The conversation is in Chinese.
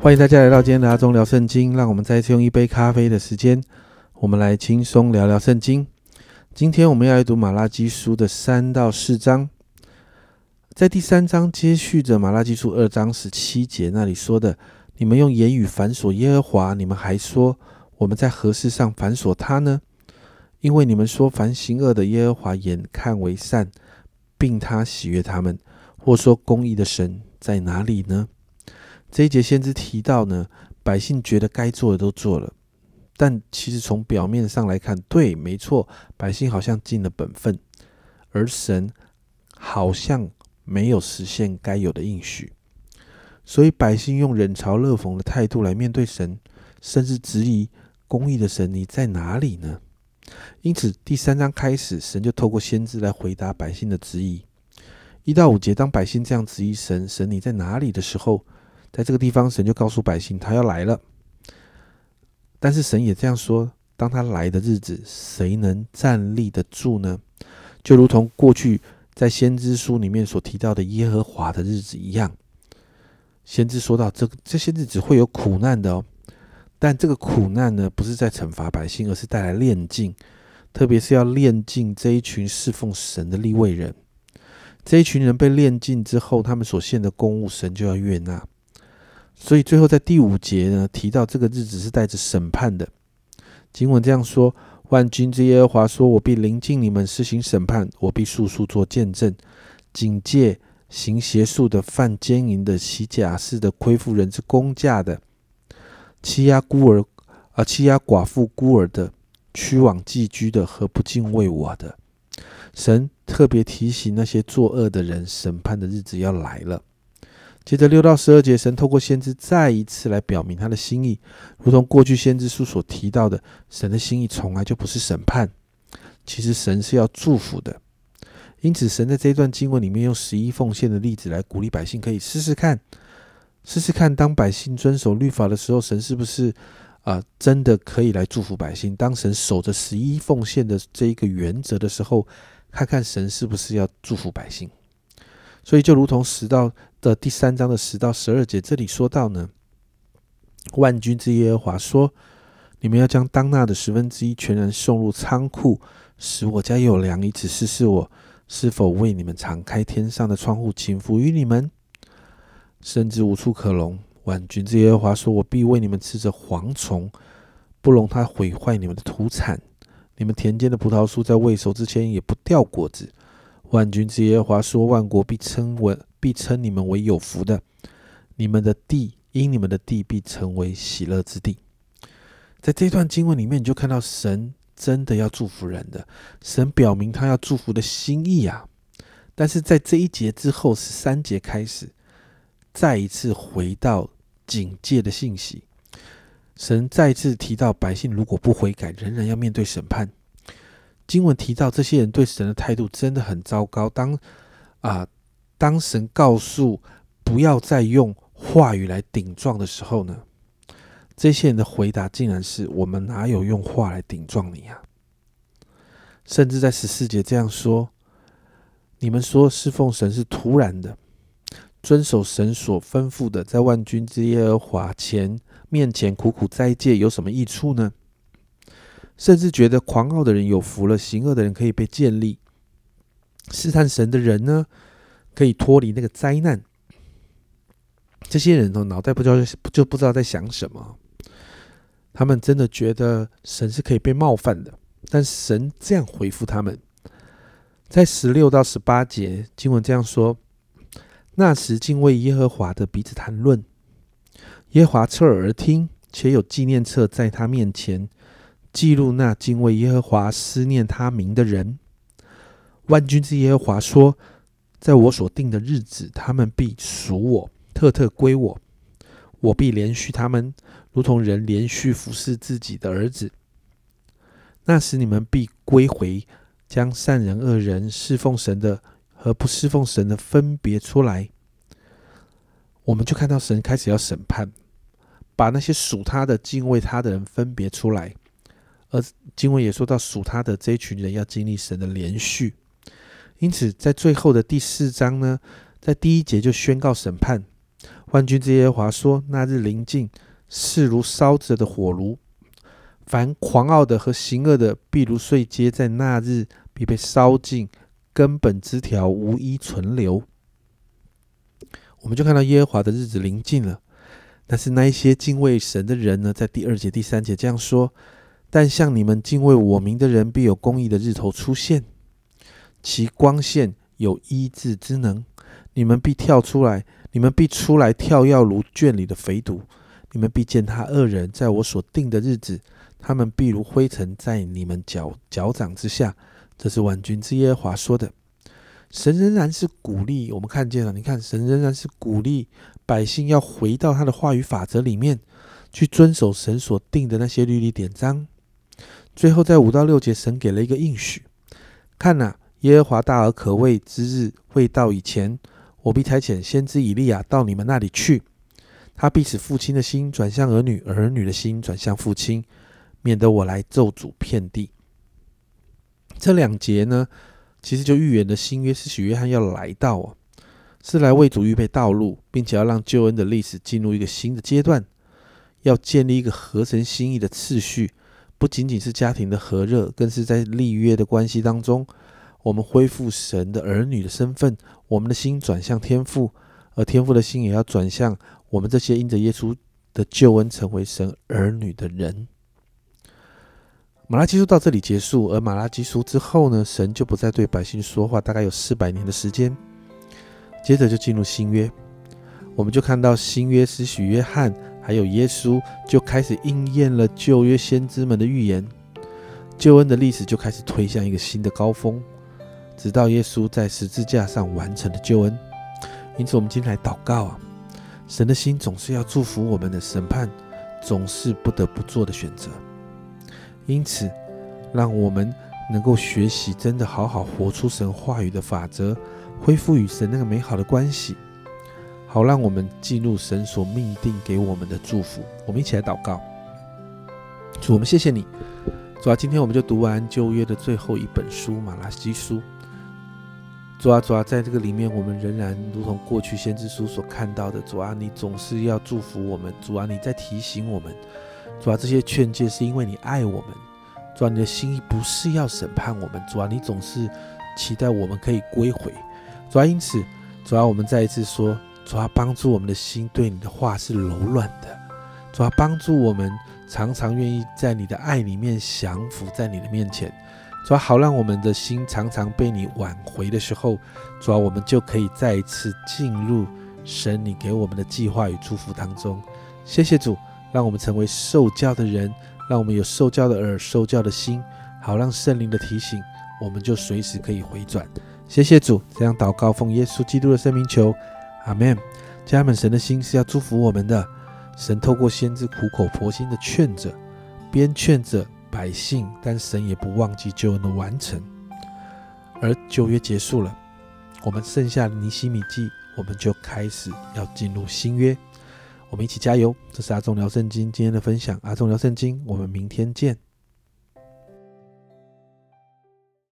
欢迎大家来到今天的阿忠聊圣经，让我们再一次用一杯咖啡的时间，我们来轻松聊聊圣经。今天我们要来读马拉基书的3到4章。在第3章接续着马拉基书2章17节那里说的，你们用言语反锁耶和华，你们还说我们在何事上反锁他呢？因为你们说凡行恶的耶和华眼看为善，并他喜悦他们，或说公义的神在哪里呢？这一节先知提到呢，百姓觉得该做的都做了，但其实从表面上来看，对，没错，百姓好像尽了本分，而神好像没有实现该有的应许，所以百姓用冷嘲热讽的态度来面对神，甚至质疑公义的神你在哪里呢？因此第3章开始，神就透过先知来回答百姓的质疑。1到5节，当百姓这样质疑神你在哪里的时候，在这个地方神就告诉百姓他要来了，但是神也这样说，当他来的日子，谁能站立得住呢？就如同过去在先知书里面所提到的耶和华的日子一样，先知说到这些日子会有苦难的哦，但这个苦难呢，不是在惩罚百姓，而是带来炼净，特别是要炼净这一群侍奉神的利未人。这一群人被炼净之后，他们所献的供物神就要悦纳。所以最后在第5节呢，提到这个日子是带着审判的。经文这样说，万军之耶和华说，我必临近你们施行审判，我必速速做见证，警戒行邪术的、犯奸淫的、行假事的、亏负人之公价的、欺压寡妇孤儿的、屈枉寄居的和不敬畏我的。神特别提醒那些作恶的人，审判的日子要来了。接着6到12节，神透过先知再一次来表明他的心意，如同过去先知书所提到的，神的心意从来就不是审判，其实神是要祝福的。因此神在这一段经文里面用11奉献的例子来鼓励百姓可以试试看，当百姓遵守律法的时候，神是不是真的可以来祝福百姓。当神守着11奉献的这一个原则的时候，看看神是不是要祝福百姓。所以就如同第3章的10到12节，这里说到呢，万军之耶和华说，你们要将当纳的1/10全然送入仓库，使我家有粮，以此试试我是否为你们敞开天上的窗户，倾福于你们，甚至无处可容。万军之耶和华说，我必为你们吃着蝗虫，不容它毁坏你们的土产，你们田间的葡萄树在未熟之前也不掉果子。万军之耶和华说，万国必称你们为有福的，因你们的地必成为喜乐之地。在这段经文里面，你就看到神真的要祝福人的，神表明他要祝福的心意啊。但是在这一节之后13节开始，再一次回到警戒的信息，神再一次提到百姓如果不悔改，仍然要面对审判。经文提到这些人对神的态度真的很糟糕。当神告诉不要再用话语来顶撞的时候呢，这些人的回答竟然是，我们哪有用话来顶撞你啊？甚至在14节这样说，你们说侍奉神是突然的，遵守神所吩咐的，在万军之耶和华面前苦苦斋戒，有什么益处呢？甚至觉得狂傲的人有福了，行恶的人可以被建立，试探神的人呢，可以脱离那个灾难。这些人脑袋不知道在想什么，他们真的觉得神是可以被冒犯的，但神这样回复他们。在16到18节，经文这样说，那时敬畏耶和华的彼此谈论，耶和华侧耳而听，且有纪念册在他面前，记录那敬畏耶和华思念他名的人。万军之耶和华说，在我所定的日子，他们必属我，特特归我，我必连续他们，如同人连续服侍自己的儿子。那时你们必归回，将善人恶人，侍奉神的和不侍奉神的分别出来。我们就看到神开始要审判，把那些属他的敬畏他的人分别出来，而经文也说到属他的这一群人要经历神的连续。因此在最后的第4章呢，在第1节就宣告审判， 万军之耶和华说，那日临近，势如烧着的火炉，凡狂傲的和行恶的，必如碎秸，在那日必被烧尽，根本枝条无一存留。我们就看到耶和华的日子临近了，但是那一些敬畏神的人呢，在第2节、第3节这样说：但像你们敬畏我名的人，必有公义的日头出现，其光线有医治之能。你们必出来跳跃如圈里的肥犊，你们必见他恶人，在我所定的日子，他们必如灰尘在你们脚掌之下。这是万军之耶和华说的。神仍然是鼓励，我们看见了，你看，神仍然是鼓励百姓要回到他的话语法则里面，去遵守神所定的那些律例典章。最后在5到6节，神给了一个应许：看哪，耶和华大而可畏之日未到以前，我必差遣先知以利亚到你们那里去，他必使父亲的心转向儿女，儿女的心转向父亲，免得我来咒诅遍地。这2节呢，其实就预言了新约施洗约翰要来到，是来为主预备道路，并且要让救恩的历史进入一个新的阶段，要建立一个合神心意的次序，不仅仅是家庭的和热，更是在立约的关系当中，我们恢复神的儿女的身份，我们的心转向天父，而天父的心也要转向我们这些因着耶稣的救恩成为神儿女的人。马拉基书到这里结束，而马拉基书之后呢，神就不再对百姓说话，大概有400年的时间，接着就进入新约。我们就看到新约施洗约翰还有耶稣就开始应验了旧约先知们的预言，救恩的历史就开始推向一个新的高峰，直到耶稣在十字架上完成了救恩。因此我们今天来祷告，神的心总是要祝福我们的，审判总是不得不做的选择。因此让我们能够学习真的好好活出神话语的法则，恢复与神那个美好的关系，好让我们进入神所命定给我们的祝福。我们一起来祷告。主，我们谢谢你，主今天我们就读完旧约的最后一本书马拉基书。主在这个里面，我们仍然如同过去先知书所看到的，主你总是要祝福我们，主你在提醒我们，主这些劝诫是因为你爱我们，主你的心意不是要审判我们，主你总是期待我们可以归回。主因此主我们再一次说，主帮助我们的心对你的话是柔软的，主帮助我们常常愿意在你的爱里面降服在你的面前，主好让我们的心常常被你挽回的时候，主我们就可以再一次进入神你给我们的计划与祝福当中。谢谢主，让我们成为受教的人，让我们有受教的耳，受教的心，好让圣灵的提醒，我们就随时可以回转。谢谢主，这样祷告奉耶稣基督的圣名求，阿们。家人们，神的心是要祝福我们的，神透过先知苦口婆心的劝着，边劝着百姓，但神也不忘记救恩的完成。而旧约结束了，我们剩下的尼希米记，我们就开始要进入新约。我们一起加油。这是阿忠聊圣经今天的分享，阿忠聊圣经，我们明天见。